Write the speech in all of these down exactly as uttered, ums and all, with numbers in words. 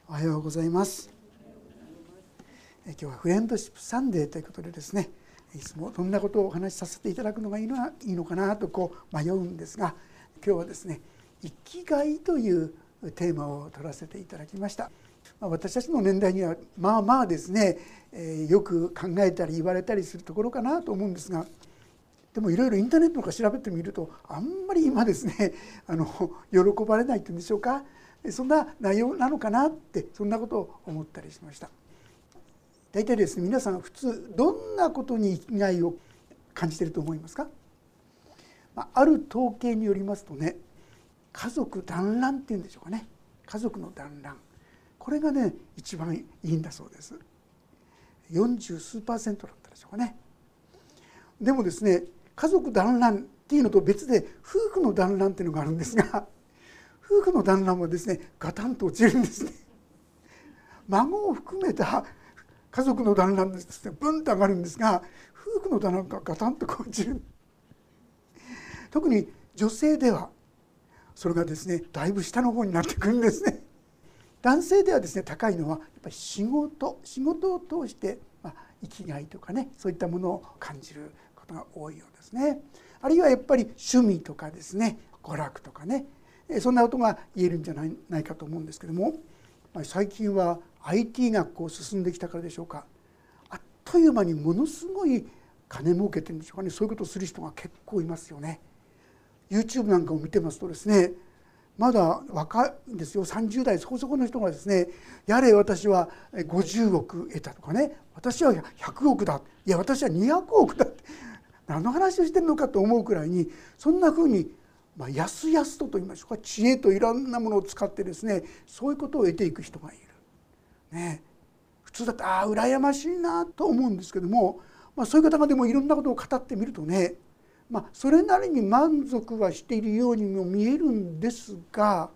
おはようございます。今日はフレンドシップサンデーということでですね、いつもどんなことをお話しさせていただくのがいいのはいいのかなとこう迷うんですが、今日はですね、生きがいというテーマを取らせていただきました。まあ、私たちの年代にはまあまあですね、えー、よく考えたり言われたりするところかなと思うんですが、でもいろいろインターネットとか調べてみるとあんまり今ですねあの喜ばれないというんでしょうか、そんな内容なのかなって、そんなことを思ったりしました。大体ですね、皆さん普通どんなことに生きがいを感じていると思いますか？ある統計によりますとね、家族団らんっていうんでしょうかね、家族の団らん、これがね一番いいんだそうです。よんじゅう数パーセントだったでしょうかね。でもですね、家族団らんっていうのと別で夫婦の団らんっていうのがあるんですが、夫婦の団らんはですねガタンと落ちるんですね。孫を含めた家族の団らんですね、ブンと上がるんですが、夫婦の団らんがガタンと落ちる。特に女性ではそれがですねだいぶ下の方になってくるんですね。男性ではですね高いのはやっぱり仕事仕事を通して、まあ、生きがいとかね、そういったものを感じることが多いようですね。あるいはやっぱり趣味とかですね、娯楽とかね、そんなことが言えるんじゃないないかと思うんですけども、最近は アイティー がこう進んできたからでしょうか、あっという間にものすごい金儲けてるんでしょうかね、そういうことをする人が結構いますよね。 YouTube なんかを見てますとですね、まだ若いんですよ、さんじゅう代そこそこの人がですね、やれ私はごじゅうおく得たとかね、私はひゃくおくだ、いや私はにひゃくおくだって、何の話をしてるのかと思うくらいに、そんなふうにまあ、やすやすとと言いましょうか、知恵といろんなものを使ってですね、そういうことを得ていく人がいる、ね、普通だってああ羨ましいなと思うんですけども、まあ、そういう方がでもいろんなことを語ってみるとね、まあ、それなりに満足はしているようにも見えるんですが、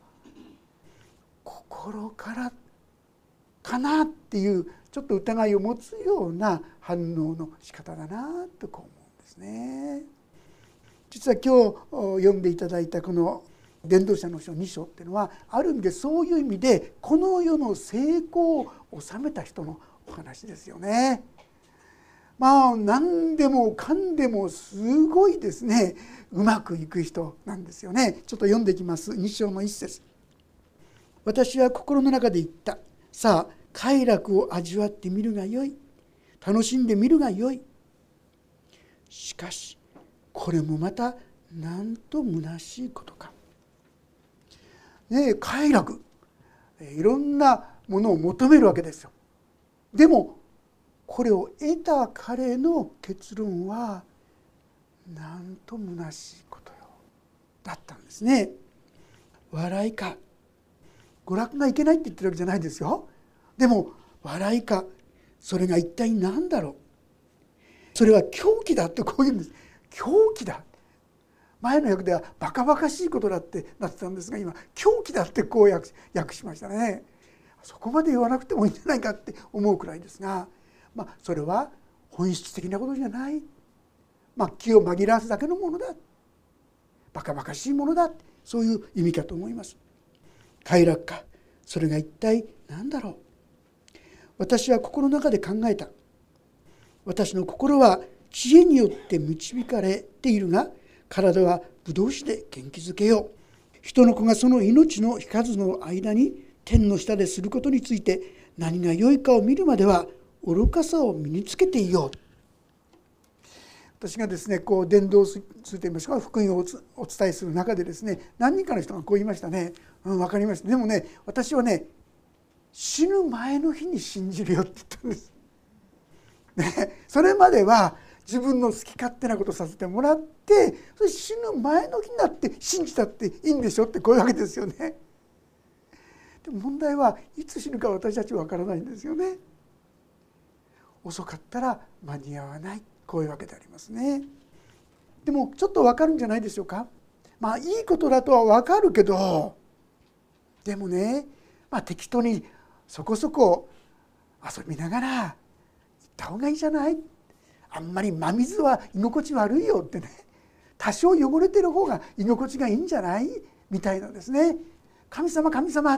心からかなっていうちょっと疑いを持つような反応の仕方だなとこう思うんですね。実は今日読んでいただいたこの伝道者の書に章っていうのは、ある意味でそういう意味でこの世の成功を収めた人のお話ですよね。まあ何でもかんでもすごいですね、うまくいく人なんですよね。ちょっと読んでいきます。に章の一節。私は心の中で言った。さあ快楽を味わってみるがよい。楽しんでみるがよい。しかしこれもまたなんと虚しいことか。ねえ、快楽、いろんなものを求めるわけですよ。でもこれを得た彼の結論はなんと虚しいことよだったんですね。笑いか娯楽がいけないって言ってるわけじゃないですよ。でも笑いか、それが一体何だろう。それは狂気だってこういうんです。狂気だ。前の訳ではバカバカしいことだってなってたんですが、今狂気だってこう 訳, 訳しましたね。そこまで言わなくてもいいんじゃないかって思うくらいですが、まあ、それは本質的なことじゃない、まあ、気を紛らわすだけのものだ、バカバカしいものだ、そういう意味かと思います。快楽か、それが一体何だろう。私は心の中で考えた。私の心は知恵によって導かれているが、体はブドウ酒で元気づけよう。人の子がその命の数の間に天の下ですることについて何が良いかを見るまでは愚かさを身につけていよう。私がですねこう伝道すると言いますか、福音をお伝えする中でですね、何人かの人がこう言いましたね。うん、分かりました。でもね、私はね死ぬ前の日に信じるよって言ったんです、ね、それまでは自分の好き勝手なことをさせてもらって、それ死ぬ前の日になって信じたっていいんでしょってこういうわけですよね。でも問題はいつ死ぬか私たちは分からないんですよね。遅かったら間に合わない、こういうわけでありますね。でもちょっと分かるんじゃないでしょうか。まあいいことだとは分かるけど、でもね、まあ、適当にそこそこ遊びながら行った方がいいじゃない、あんまり真水は居心地悪いよってね、多少汚れてる方が居心地がいいんじゃないみたいなですね。神様神様、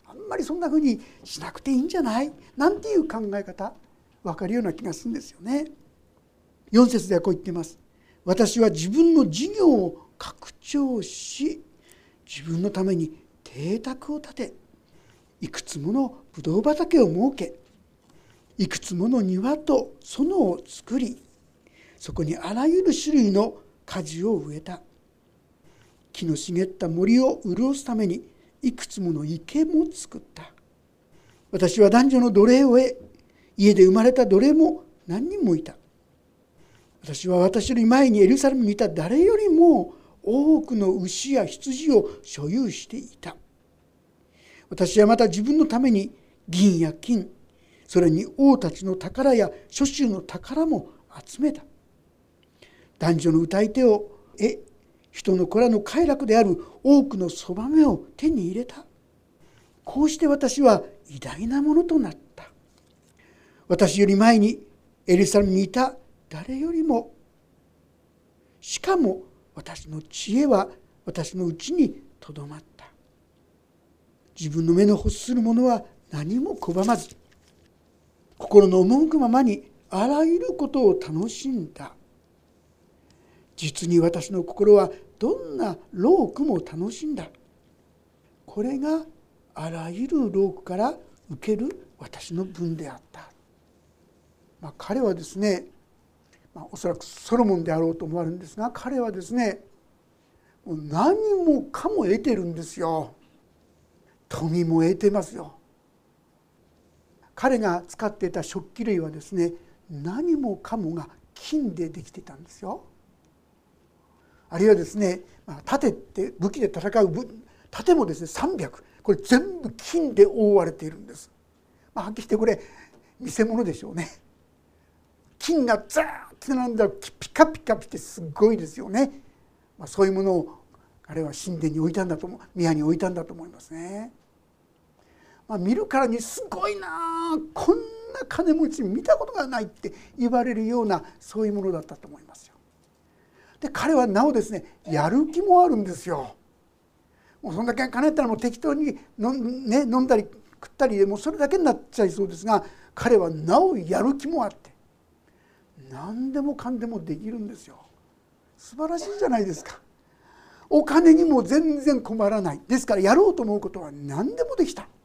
あんまりそんなふうにしなくていいんじゃないなんていう考え方分かるような気がするんですよね。よん節ではこう言っています。私は自分の事業を拡張し、自分のために邸宅を建て、いくつものぶどう畑を設け、いくつもの庭と園を作り、そこにあらゆる種類の果樹を植えた。木の茂った森を潤すためにいくつもの池も作った。私は男女の奴隷を得、家で生まれた奴隷も何人もいた。私は私より前にエルサレムにいた誰よりも多くの牛や羊を所有していた。私はまた自分のために銀や金、それに王たちの宝や諸州の宝も集めた。男女の歌い手を得、人の子らの快楽である多くのそばめを手に入れた。こうして私は偉大なものとなった。私より前にエルサレムにいた誰よりも、しかも私の知恵は私のうちにとどまった。自分の目の欲するものは何も拒まず、心の赴くままにあらゆることを楽しんだ。実に私の心はどんな労苦も楽しんだ。これがあらゆる労苦から受ける私の分であった。まあ、彼はですね、まあ、おそらくソロモンであろうと思われるんですが、彼はですね、もう何もかも得てるんですよ。富も得てますよ。彼が使っていた食器類はですね、何もかもが金でできていたんですよ。あるいはですね、盾って武器で戦う盾もですねさんびゃく、これ全部金で覆われているんです。まあ、はっきり言ってこれ偽物でしょうね。金がザーッと並んだピカピカピってすごいですよね。まあ、そういうものを彼は神殿に置いたんだと思う、宮に置いたんだと思いますね。まあ、見るからにすごいな、こんな金持ち見たことがないって言われるようなそういうものだったと思いますよ。で彼はなおですね、やる気もあるんですよ。もうそんだけ金やったらもう適当に飲ん、ね、飲んだり食ったりでもうそれだけになっちゃいそうですが、彼はなおやる気もあって何でもかんでもできるんですよ。素晴らしいじゃないですか。お金にも全然困らない。ですからやろうと思うことは何でもできた。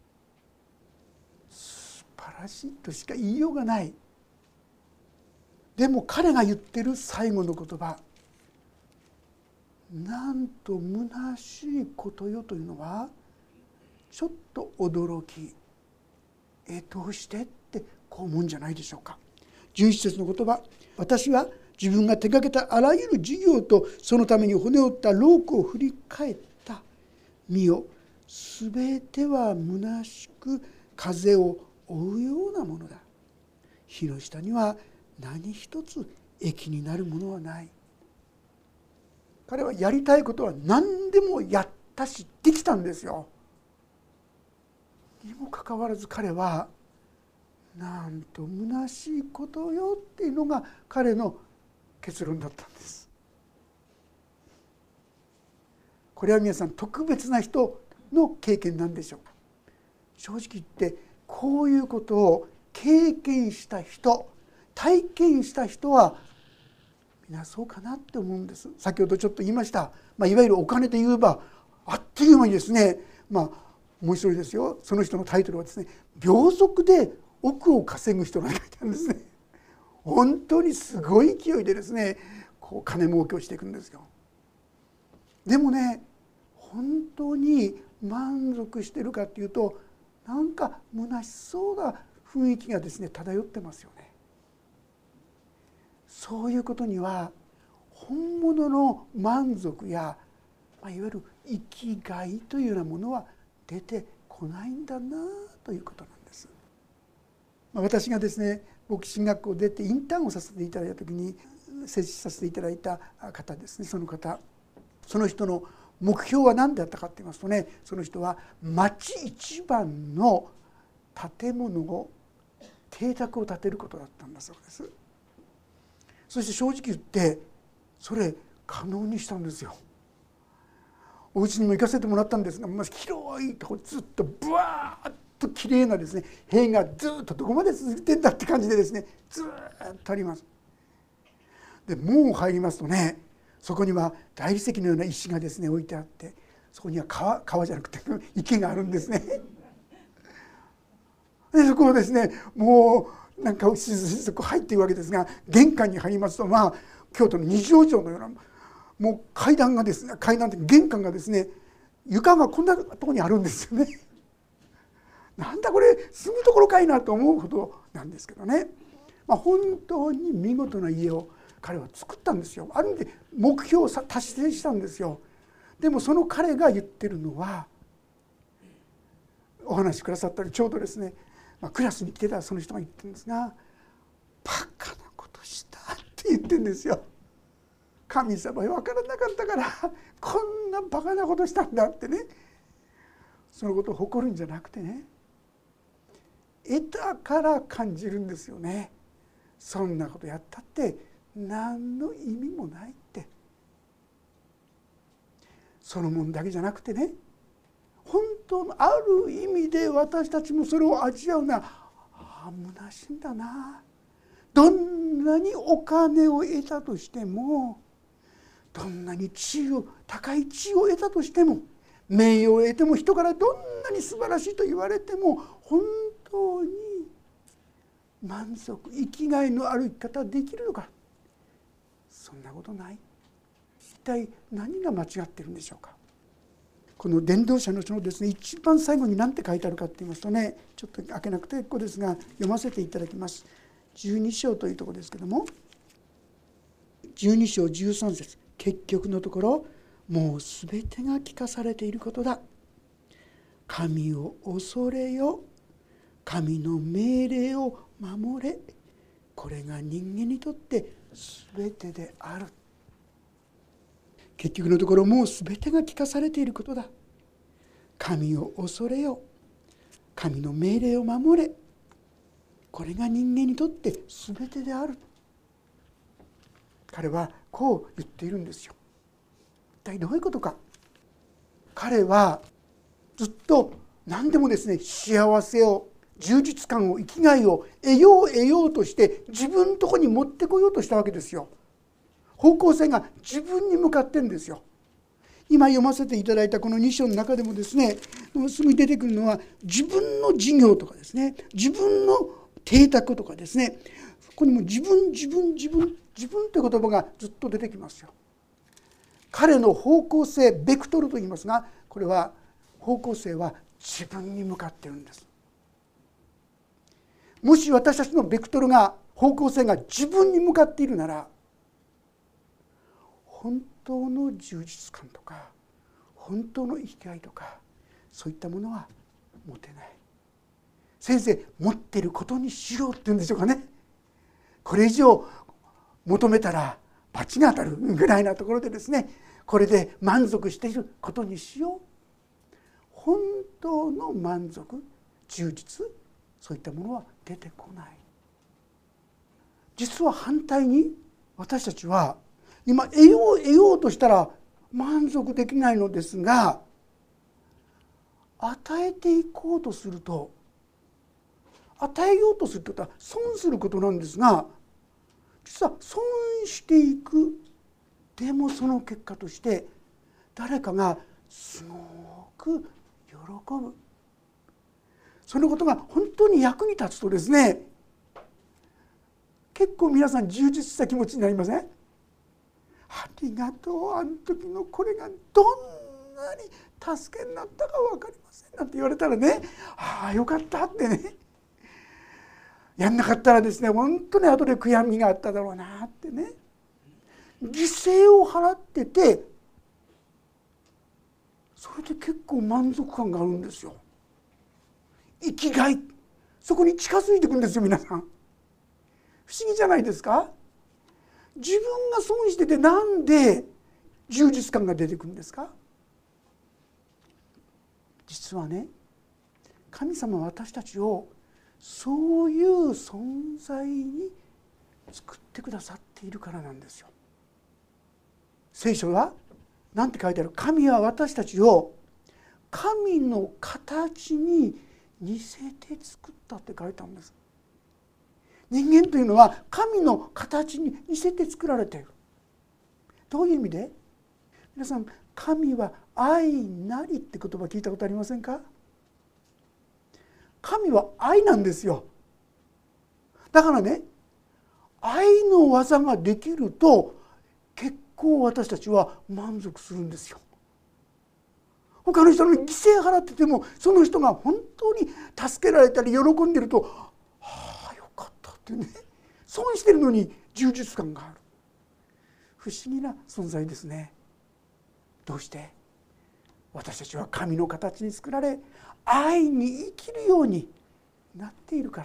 素晴らしいとしか言いようがない。でも彼が言ってる最後の言葉、なんと虚しいことよというのはちょっと驚き、えどうしてってこう思うんじゃないでしょうか。じゅういち節の言葉、私は自分が手がけたあらゆる事業とそのために骨折った労苦を振り返った。見よ、すべては虚しく風を追うようなものだ。火の下には何一つ益になるものはない。彼はやりたいことは何でもやったしできたんですよ。にもかかわらず彼はなんと虚しいことよっていうのが彼の結論だったんです。これは皆さん特別な人の経験なんでしょうか。正直言ってこういうことを経験した人、体験した人はみんなそうかなって思うんです。先ほどちょっと言いました、まあ、いわゆるお金で言えばあっという間にですね、まあ面白いですよ。その人のタイトルはですね、秒速で億を稼ぐ人が書いてあるんですね。本当にすごい勢いでですね、こう金儲けをしていくんですよ。でもね、本当に満足してるかっていうと、なんか虚しそうな雰囲気がですね漂ってますよね。そういうことには本物の満足や、まあ、いわゆる生きがいというようなものは出てこないんだなということなんです。まあ、私がですね牧師学校を出てインターンをさせていただいた時に接しさせていただいた方ですね、その方、その人の目標は何だったかと言いますとね、その人は町一番の建物を邸宅を建てることだったんだそうです。そして正直言ってそれ可能にしたんですよ。 お家にも行かせてもらったんですが、まあ、広いとこずっとブワーッときれいなですね塀がずっとどこまで続いてんだって感じでですねずっとあります。で門を入りますとね、そこには大理石のような石がですね置いてあって、そこには川川じゃなくて池があるんですね。でそこをですねもうなんかそこ入っていくわけですが、玄関に入りますと、まあ京都の二条城のようなもう階段がですね階段って玄関がですね床がこんなところにあるんですよね。なんだこれ住むところかいなと思うほどなんですけどね、まあ、本当に見事な家を彼は作ったんですよ。ある意味で目標を達成したんですよ。でもその彼が言ってるのは、お話しくださったりちょうどですね、まあ、クラスに来てたその人が言ってるんですが、バカなことしたって言ってるんですよ。神様に分からなかったからこんなバカなことしたんだってね、そのことを誇るんじゃなくてね、得たから感じるんですよね。そんなことやったって何の意味もないって。ソロモンだけじゃなくてね、本当のある意味で私たちもそれを味わうなら、ああ虚しいんだな。どんなにお金を得たとしても、どんなに地位を高い地位を得たとしても、名誉を得ても、人からどんなに素晴らしいと言われても、本当に満足生きがいのある生き方はできるのか。そんなことない。一体何が間違っているんでしょうか。この伝道者の書のですね一番最後に何て書いてあるかと言いますとね、ちょっと開けなくて結構ですが読ませていただきます。じゅうに章というところですけども、じゅうに章じゅうさん節、結局のところ、もうすべてが聞かされていることだ。神を恐れよ、神の命令を守れ、これが人間にとってすべてである。結局のところ、もうすべてが聞かされていることだ。神を恐れよ、神の命令を守れ、これが人間にとってすべてである。彼はこう言っているんですよ。一体どういうことか。彼はずっと何でもですね、幸せを、充実感を、生きがいを得よう得ようとして自分のところに持ってこようとしたわけですよ。方向性が自分に向かってるんですよ。今読ませていただいたこのに章の中でもですね、すぐに出てくるのは自分の事業とかですね、自分の邸宅とかですね、ここにも自分自分自分自分という言葉がずっと出てきますよ。彼の方向性、ベクトルと言いますが、これは方向性は自分に向かっているんです。もし私たちのベクトルが、方向性が自分に向かっているなら、本当の充実感とか本当の生きがいとか、そういったものは持てない。せいぜい持っていることにしようっていうんでしょうかね。これ以上求めたら罰が当たるぐらいなところでですね、これで満足していることにしよう。本当の満足、充実、そういったものは出てこない。実は反対に私たちは今得よう得ようとしたら満足できないのですが、与えていこうとすると、与えようとするということは損することなんですが、実は損していく。でもその結果として誰かがすごく喜ぶ。そのことが本当に役に立つとですね、結構皆さん充実した気持ちになりません？ありがとう、あの時のこれがどんなに助けになったか分かりませんなんて言われたらね、ああよかったってね、やんなかったらですね、本当に後で悔やみがあっただろうなってね、犠牲を払ってて、それで結構満足感があるんですよ。生きがい、そこに近づいていくんですよ。皆さん不思議じゃないですか？自分が損しててなんで充実感が出てくるんですか？実はね、神様は私たちをそういう存在に作ってくださっているからなんですよ。聖書はなんて書いてある？神は私たちを神の形に似せて作ったって書いてあるんです。人間というのは神の形に似せて作られている。どういう意味で？皆さん、神は愛なりって言葉聞いたことありませんか？神は愛なんですよ。だからね、愛の技ができると結構私たちは満足するんですよ。他の人の犠牲払ってても、その人が本当に助けられたり喜んでると、はあよかったってね、損してるのに充実感がある。不思議な存在ですね。どうして？私たちは神の形に作られ、愛に生きるようになっているから。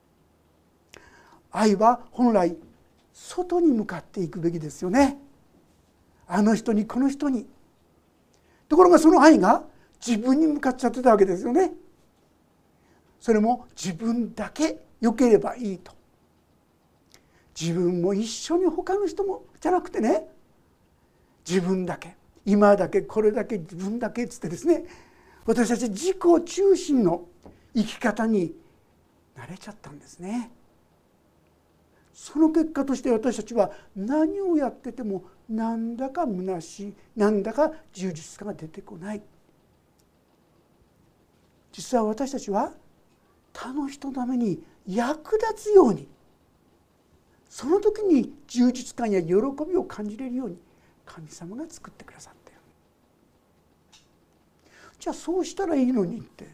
愛は本来外に向かっていくべきですよね。あの人にこの人に。ところがその愛が自分に向かっちゃってたわけですよね。それも自分だけ良ければいいと。自分も一緒に他の人もじゃなくてね、自分だけ、今だけ、これだけ、自分だけっつってですね、私たち自己中心の生き方に慣れちゃったんですね。その結果として私たちは何をやっててもなんだか虚しい、なんだか充実感が出てこない。実は私たちは他の人のために役立つように、その時に充実感や喜びを感じれるように神様が作ってくださっている。じゃあそうしたらいいのにって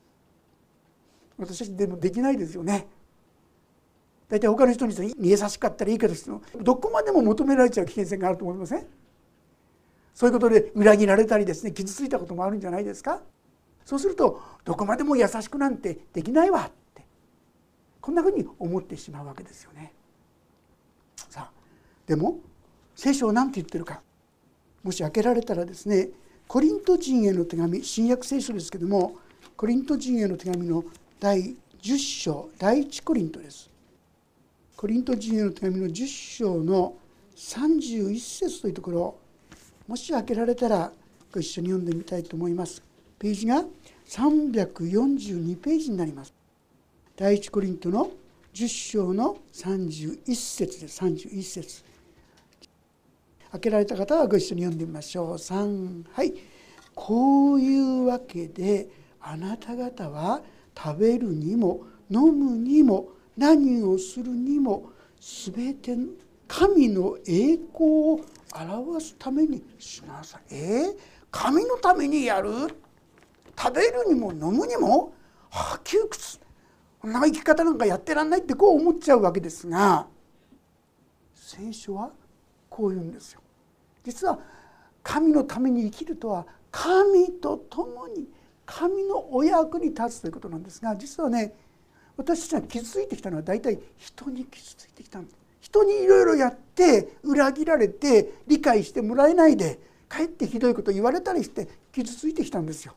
私たちでもできないですよね。大体他の人に優しかったらいいけど、どこまでも求められちゃう危険性があると思いません？そういうことで裏切られたりですね、傷ついたこともあるんじゃないですか。そうするとどこまでも優しくなんてできないわってこんなふうに思ってしまうわけですよね。さあでも聖書は何て言ってるか、もし開けられたらですね、コリント人への手紙、新約聖書ですけども、コリント人への手紙の第じゅっ章、第一コリントです。コリント人への手紙のじゅっ章のさんじゅういち節というところ、もし開けられたらご一緒に読んでみたいと思います。ページがさんびゃくよんじゅうにページになります。第一コリントのじゅっ章のさんじゅういち節です。さんじゅういち節。開けられた方はご一緒に読んでみましょう。さん、はい。こういうわけであなた方は食べるにも飲むにも何をするにもすべて神の栄光を表すためにしなさい。えー、神のためにやる？食べるにも飲むにも、はあ、窮屈、こんな生き方なんかやってらんないってこう思っちゃうわけですが、聖書はこう言うんですよ。実は神のために生きるとは神と共に神のお役に立つということなんですが、実はね、私たちが傷ついてきたのは大体人に傷ついてきたんです。人にいろいろやって裏切られて理解してもらえないでかえってひどいこと言われたりして傷ついてきたんですよ。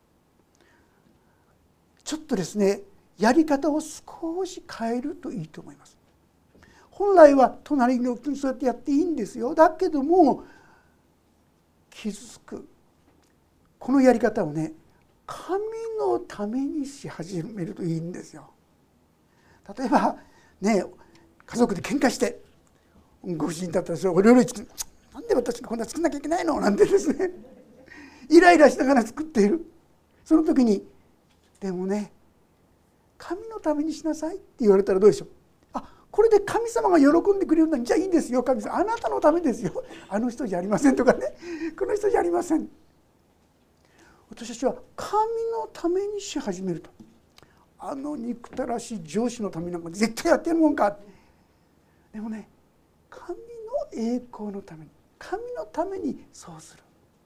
ちょっとですね、やり方を少し変えるといいと思います。本来は隣の人にそうやってやっていいんですよ。だけども傷つくこのやり方をね、神のためにし始めるといいんですよ。例えばね、家族で喧嘩してご主人だったらそれお料理作る、なんで私がこんな作んなきゃいけないのなんてですね、イライラしながら作っている。その時にでもね、神のためにしなさいって言われたらどうでしょう。あ、これで神様が喜んでくれるんだ、じゃあいいですよ、神様あなたのためですよ、あの人じゃありませんとかね、この人じゃありません。私たちは神のためにし始めると、あの憎たらしい上司のためなんか絶対やってやるもんか。でもね、神の栄光のために、神のためにそうする。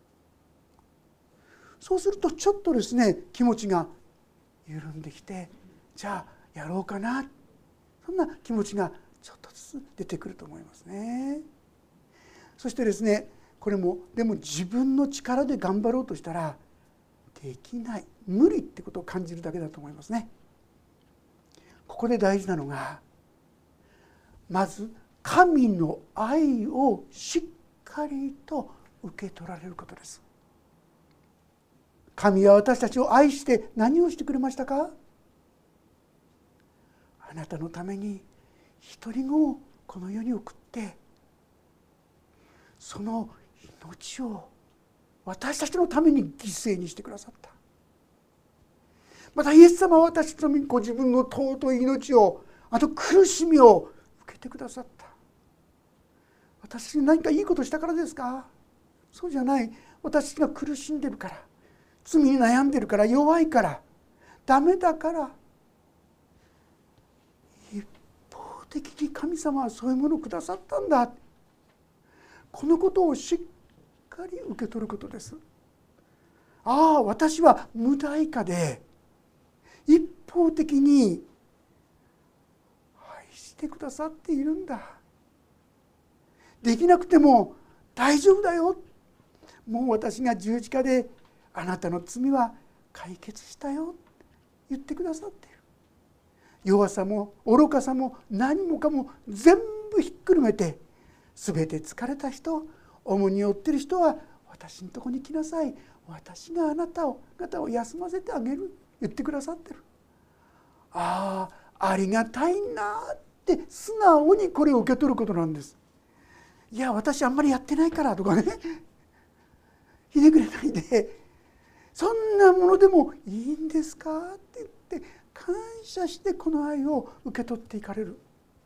そうするとちょっとですね、気持ちが緩んできて、じゃあやろうかな、そんな気持ちがちょっとずつ出てくると思いますね。そしてですね、これもでも自分の力で頑張ろうとしたらできない、無理ってことを感じるだけだと思いますね。ここで大事なのが、まず神の愛をしっかりと受け取られることです。神は私たちを愛して何をしてくれましたか？あなたのために一人子をこの世に送って、その命を私たちのために犠牲にしてくださった。またイエス様は私たちのためにご自分の尊い命を、あと苦しみを受けてくださった。私に何かいいことしたからですか？そうじゃない。私が苦しんでるから、罪に悩んでるから、弱いから、ダメだから、一方的に神様はそういうものをくださったんだ。このことをしっかり受け取ることです。ああ、私は無代価で一方的に愛してくださっているんだ。できなくても大丈夫だよ。もう私が十字架であなたの罪は解決したよ、言ってくださっている。弱さも愚かさも何もかも全部ひっくるめて、すべて疲れた人、重荷を負っている人は私のところに来なさい。私があなたを方を休ませてあげる、言ってくださってる。ああ、ありがたいなって素直にこれを受け取ることなんです。いや、私あんまりやってないからとかね、ひねくれないで、そんなものでもいいんですかって言って感謝してこの愛を受け取っていかれる。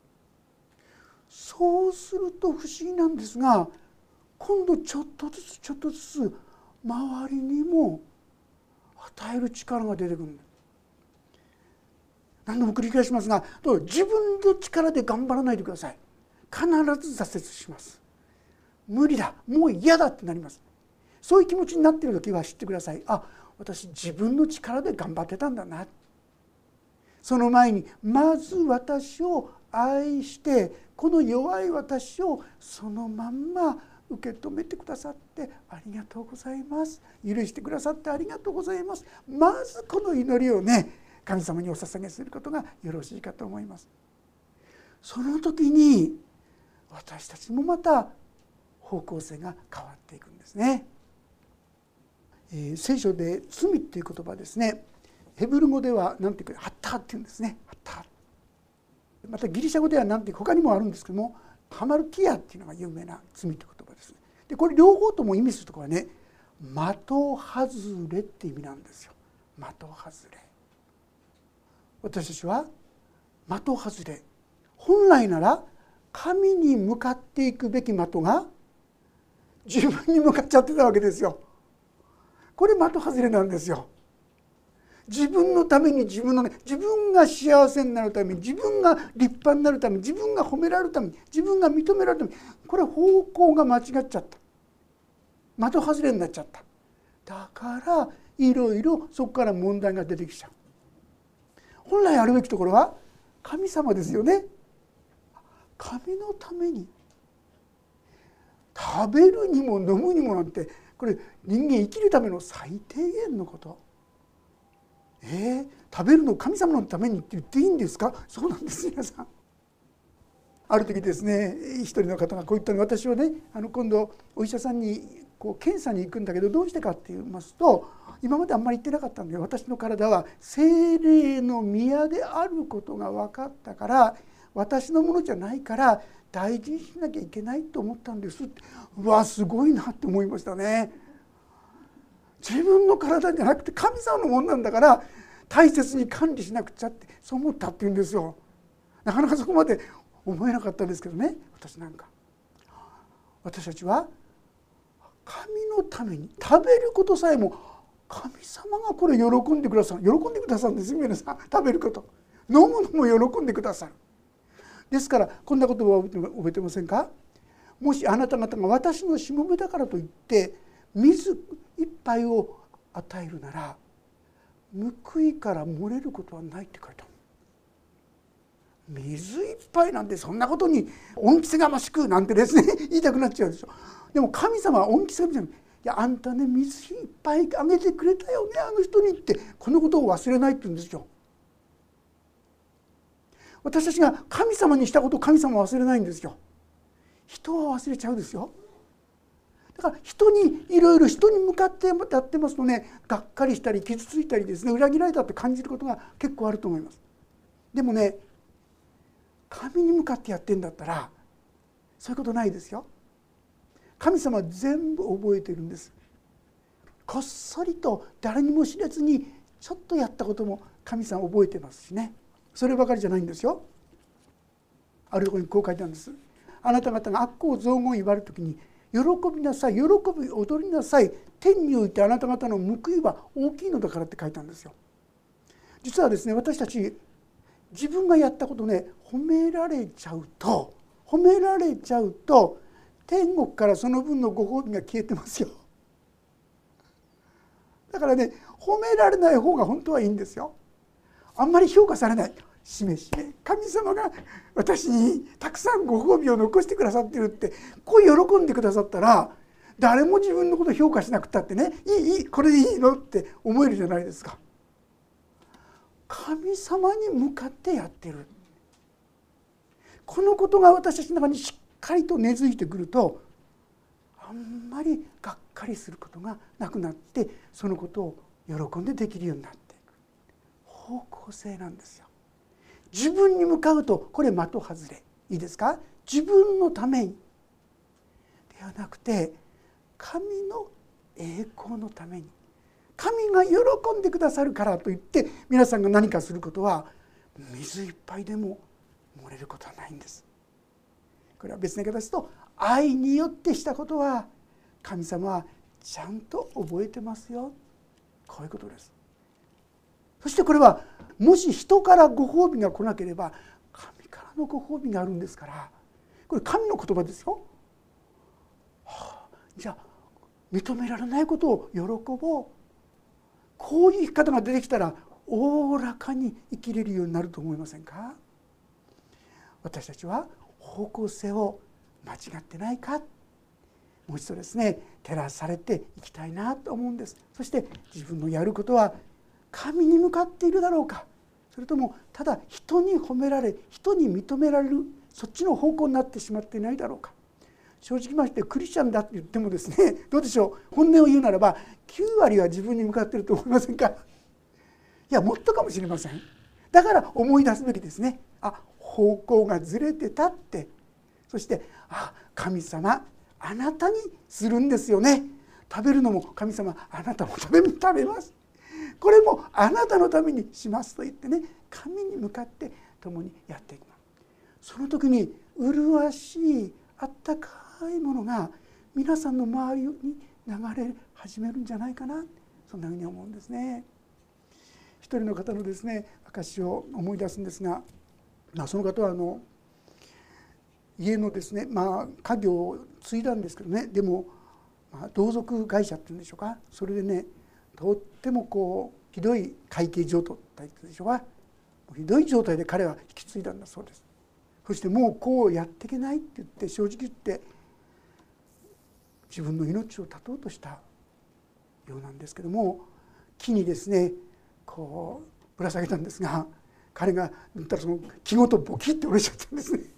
そうすると不思議なんですが、今度ちょっとずつちょっとずつ周りにも与える力が出てくる。何度も繰り返しますが、自分の力で頑張らないでください。必ず挫折します。無理だ、もう嫌だってなります。そういう気持ちになっている時は知ってください。あ、私自分の力で頑張ってたんだな。その前にまず私を愛して、この弱い私をそのまんま受け止めてくださってありがとうございます。許してくださってありがとうございます。まずこの祈りをね、神様にお捧げすることがよろしいかと思います。その時に私たちもまた方向性が変わっていくんですね。えー、聖書で罪っていう言葉ですね、ヘブル語では何て言うか、ハッターって言うんですね。ハッター。またギリシャ語では何て他にもあるんですけども、ハマルティアっていうのが有名な罪という言葉です。でこれ両方とも意味するところはね、的外れって意味なんですよ。的外れ。私たちは的外れ。本来なら神に向かっていくべき的が自分に向かっちゃってたわけですよ。これ的外れなんですよ。自分のために自分のね、自分が幸せになるために、自分が立派になるために、自分が褒められるために、自分が認められるために、これ方向が間違っちゃった。的外れになっちゃった。だからいろいろそこから問題が出てきちゃう。本来あるべきところは神様ですよね。神のために食べるにも飲むにもなんて、これ人間生きるための最低限のこと。えー、食べるの神様のためにって言っていいんですか？そうなんです。皆さん、ある時ですね、一人の方がこう言ったの。私はね、あの今度お医者さんにこう検査に行くんだけど、どうしてかって言いますと、今まであんまり言ってなかったんで、私の体は聖霊の宮であることが分かったから、私のものじゃないから大事にしなきゃいけないと思ったんですって。うわ、すごいなって思いましたね。自分の体じゃなくて神様のものなんだから大切に管理しなくちゃって、そう思ったって言うんですよ。なかなかそこまで思えなかったですけどね、私なんか。私たちは神のために食べることさえも神様がこれ喜んでくださる。喜んでくださるんですよ。皆さん、食べること、飲むのも喜んでくださる。ですからこんな言葉を覚えてませんか？もしあなた方が私のしもべだからといって水一杯を与えるなら、報いから漏れることはないって書いてある。水一杯なんてそんなことに恩着せがましくなんてですね言いたくなっちゃうでしょ。でも神様は恩着せがましく、いやあんたね、水一杯あげてくれたよね、あの人にって、このことを忘れないって言うんですよ。私たちが神様にしたことを神様は忘れないんですよ。人は忘れちゃうですよ。 だから人にいろいろ人に向かってやってますとね、がっかりしたり傷ついたりですね、裏切られたって感じることが結構あると思います。でもね、神に向かってやってんだったらそういうことないですよ。神様は全部覚えているんです。こっそりと誰にも知らずにちょっとやったことも神様覚えてますしね。そればかりじゃないんですよ。あるところにこう書いてあるんです。あなた方が悪行雑言を言われるときに喜びなさい、喜び踊りなさい、天においてあなた方の報いは大きいのだからって書いたんですよ。実はですね、私たち自分がやったことね、褒められちゃうと褒められちゃうと天国からその分のご褒美が消えてますよ。だからね、褒められない方が本当はいいんですよ。あんまり評価されない、しめしめ神様が私にたくさんご褒美を残してくださってるってこう喜んでくださったら、誰も自分のことを評価しなくたってね、いいいいこれでいいのって思えるじゃないですか。神様に向かってやってる、このことが私たちの中にしっかりと根付いてくると、あんまりがっかりすることがなくなって、そのことを喜んでできるようになっていく方向性なんですよ。自分に向かうとこれ的外れ、いいですか。自分のためにではなくて神の栄光のために、神が喜んでくださるからといって皆さんが何かすることは水いっぱいでも漏れることはないんです。これは別の言い方ですと、愛によってしたことは神様はちゃんと覚えてますよ、こういうことです。そしてこれはもし人からご褒美が来なければ神からのご褒美があるんですから、これ神の言葉ですよ。はあ、じゃあ認められないことを喜ぼう、こういう生き方が出てきたらおおらかに生きれるようになると思いませんか。私たちは方向性を間違ってないか、もう一度ですね照らされていきたいなと思うんです。そして自分のやることは神に向かっているだろうか、それともただ人に褒められ人に認められるそっちの方向になってしまっていないだろうか。正直ましてクリスチャンだって言ってもですね、どうでしょう、本音を言うならばきゅうわりは自分に向かっていると思いませんか。いやもっとかもしれません。だから思い出すべきですね。あ、方向がずれてたって、そしてあ、神様あなたにするんですよね。食べるのも神様あなたも食べ食べます、これもあなたのためにしますと言ってね、神に向かって共にやっていく。その時に麗しいあったかいものが皆さんの周りに流れ始めるんじゃないかな、そんなふうに思うんですね。一人の方のですね証を思い出すんですが、まあ、その方はあの家のですね、まあ、家業を継いだんですけどね、でも、まあ、同族会社っていうんでしょうか、それでねとってもこうひどい会計状態でしょうか、ひどい状態で彼は引き継いだんだそうです。そしてもうこうやっていけないって言って正直言って自分の命を絶とうとしたようなんですけども、木にですねこうぶら下げたんですが、彼が言ったらその木ごとボキッて折れちゃったんですね。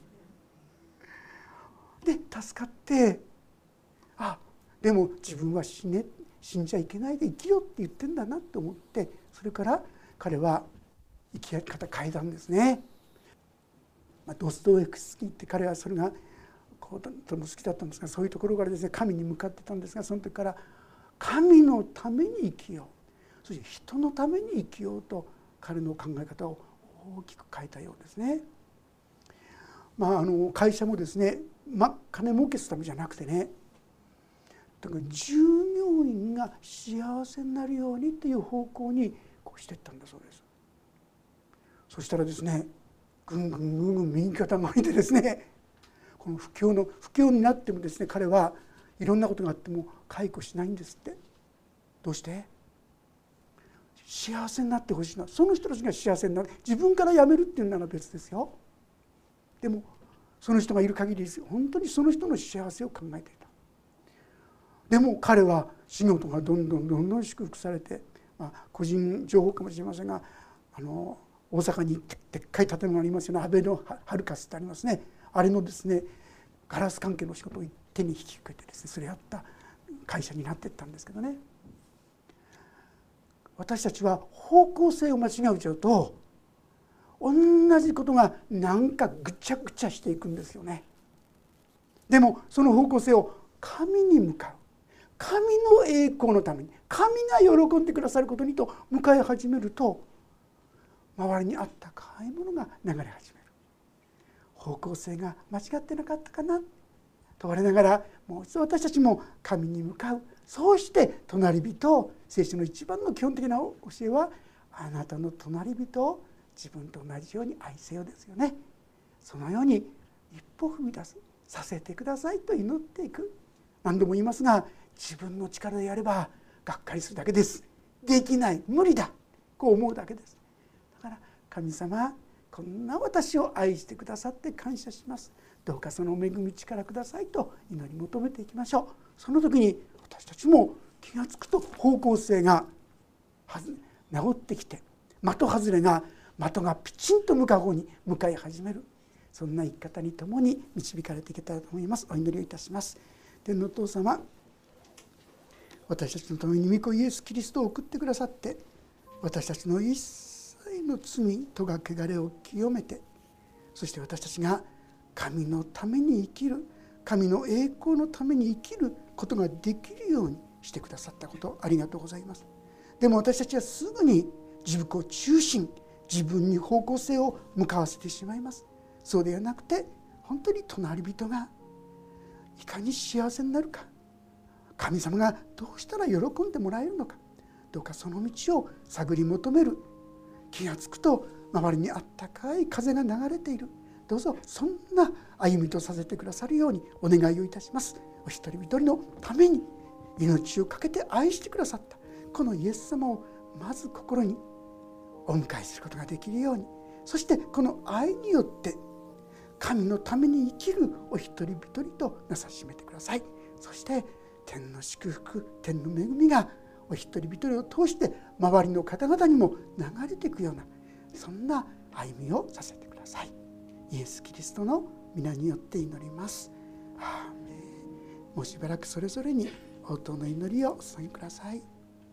で助かって、あ、でも自分は死ね死んじゃいけないで生きようって言ってんだなと思って、それから彼は生き方変えたんですね。ドストエフスキーって彼はそれがこうとても好きだったんですが、そういうところからですね神に向かってたんですが、その時から神のために生きよう、そして人のために生きようと彼の考え方を大きく変えたようですね。まあ、あの会社もですね、ま、金儲けするためじゃなくてね、だから従業員が幸せになるようにという方向にこうしていったんだそうです。そしたらですねぐんぐんぐんぐん右肩上がりでですね、この不況の不況になってもですね彼はいろんなことがあっても解雇しないんですって。どうして？幸せになってほしいな、その人たちが幸せになる、自分から辞めるっていうなら別ですよ。でもその人がいる限り本当にその人の幸せを考えていた。でも彼は仕事がどんどんどんどん祝福されて、まあ、個人情報かもしれませんが、あの大阪にでっかい建物がありますよね、アベノハルカスってありますね、あれのですねガラス関係の仕事を手に引き受けてですね、それやった会社になっていったんですけどね、私たちは方向性を間違うちゃうと同じことがなんかぐちゃぐちゃしていくんですよね。でもその方向性を神に向かう、神の栄光のために、神が喜んでくださることにと向かい始めると、周りにあったかいものが流れ始める。方向性が間違ってなかったかなと我ながら、もう一度私たちも神に向かう。そうして隣人、聖書の一番の基本的な教えは、あなたの隣人を自分と同じように愛せよですよね。そのように一歩踏み出すさせてくださいと祈っていく。何度も言いますが、自分の力でやればがっかりするだけです。できない、無理だ、こう思うだけです。だから神様、こんな私を愛してくださって感謝します。どうかその恵み力くださいと祈り求めていきましょう。その時に私たちも気がつくと方向性が治ってきて、的外れが的がピチンと向かう方に向かい始める、そんな生き方にともに導かれていけたらと思います。お祈りをいたします。天のお父様、私たちのために御子イエス・キリストを送ってくださって、私たちの一切の罪とが汚れを清めて、そして私たちが神のために生きる、神の栄光のために生きることができるようにしてくださったこと、ありがとうございます。でも私たちはすぐに自分中心、自分に方向性を向かわせてしまいます。そうではなくて、本当に隣人がいかに幸せになるか、神様がどうしたら喜んでもらえるのか、どうかその道を探り求める。気がつくと周りにあったかい風が流れている。どうぞそんな歩みとさせてくださるようにお願いをいたします。お一人一人のために命を懸けて愛してくださったこのイエス様をまず心にお迎えすることができるように、そしてこの愛によって神のために生きるお一人一人となさしめてください。そして天の祝福、天の恵みがお一人一人を通して周りの方々にも流れていくような、そんな歩みをさせてください。イエス・キリストの皆によって祈ります。アーメン。もうしばらくそれぞれに応答の祈りをお捧げください。